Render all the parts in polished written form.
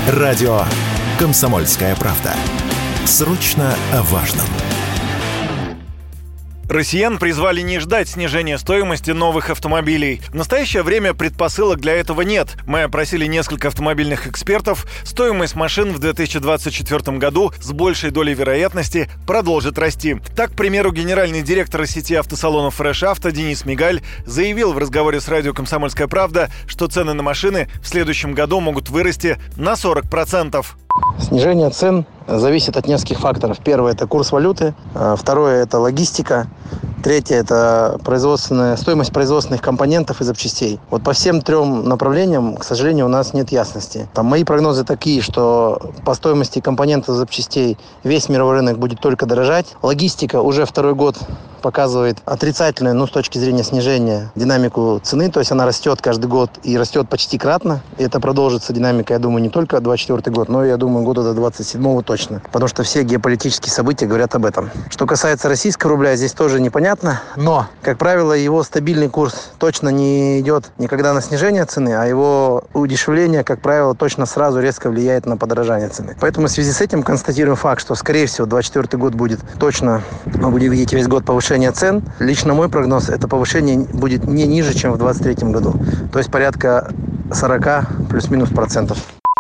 Радио «Комсомольская правда». Срочно о важном. Россиян призвали не ждать снижения стоимости новых автомобилей. В настоящее время предпосылок для этого нет. Мы опросили несколько автомобильных экспертов. Стоимость машин в 2024 году с большей долей вероятности продолжит расти. Так, к примеру, генеральный директор сети автосалонов Fresh Auto Денис Мигаль заявил в разговоре с радио «Комсомольская правда», что цены на машины в следующем году могут вырасти на 40%. Снижение цен зависит от нескольких факторов. Первое – это курс валюты. Второе – это логистика. Третье – это стоимость производственных компонентов и запчастей. Вот по всем трем направлениям, к сожалению, у нас нет ясности. Мои прогнозы такие, что по стоимости компонентов и запчастей весь мировой рынок будет только дорожать. Логистика уже второй год показывает отрицательную, с точки зрения снижения, динамику цены. То есть она растет каждый год и растет почти кратно. И это продолжится динамика, я думаю, не только 2024 год, но, я думаю, года до 2027 точно. Потому что все геополитические события говорят об этом. Что касается российского рубля, здесь тоже непонятно. Но, как правило, его стабильный курс точно не идет никогда на снижение цены, а его удешевление, как правило, точно сразу резко влияет на подорожание цены. Поэтому в связи с этим констатируем факт, что, скорее всего, 2024 год будет точно, мы будем видеть весь год повышение цен. Лично мой прогноз, это повышение будет не ниже, чем в 2023 году. То есть порядка 40 плюс-минус процентов.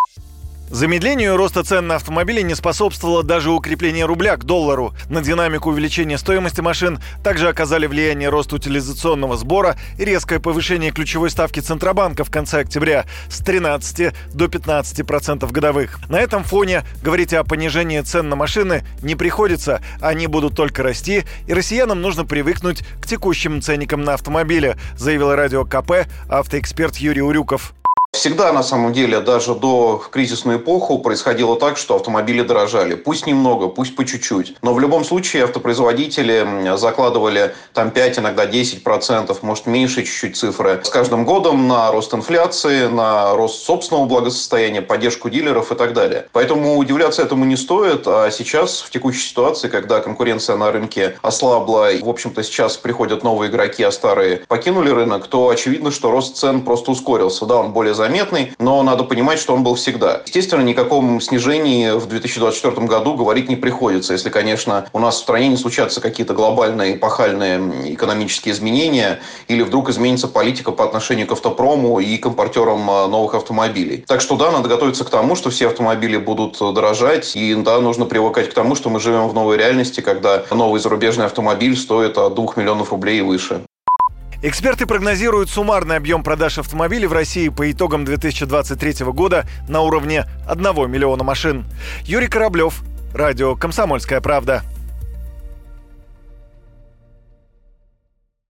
Замедлению роста цен на автомобили не способствовало даже укрепление рубля к доллару. На динамику увеличения стоимости машин также оказали влияние рост утилизационного сбора и резкое повышение ключевой ставки Центробанка в конце октября с 13 до 15% годовых. На этом фоне говорить о понижении цен на машины не приходится. Они будут только расти, и россиянам нужно привыкнуть к текущим ценникам на автомобили, заявил радио КП автоэксперт Юрий Урюков. Всегда, на самом деле, даже до кризисную эпоху происходило так, что автомобили дорожали. Пусть немного, пусть по чуть-чуть. Но в любом случае автопроизводители закладывали 5, иногда 10%, может меньше чуть-чуть цифры. С каждым годом на рост инфляции, на рост собственного благосостояния, поддержку дилеров и так далее. Поэтому удивляться этому не стоит. А сейчас, в текущей ситуации, когда конкуренция на рынке ослабла, и, в общем-то, сейчас приходят новые игроки, а старые покинули рынок, то очевидно, что рост цен просто ускорился. Да, он более заметный, но надо понимать, что он был всегда. Естественно, ни о каком снижении в 2024 году говорить не приходится, если, конечно, у нас в стране не случатся какие-то глобальные эпохальные экономические изменения или вдруг изменится политика по отношению к автопрому и к импортерам новых автомобилей. Так что да, надо готовиться к тому, что все автомобили будут дорожать, и да, нужно привыкать к тому, что мы живем в новой реальности, когда новый зарубежный автомобиль стоит от 2 миллионов рублей и выше. Эксперты прогнозируют суммарный объем продаж автомобилей в России по итогам 2023 года на уровне 1 миллиона машин. Юрий Кораблев, радио «Комсомольская правда».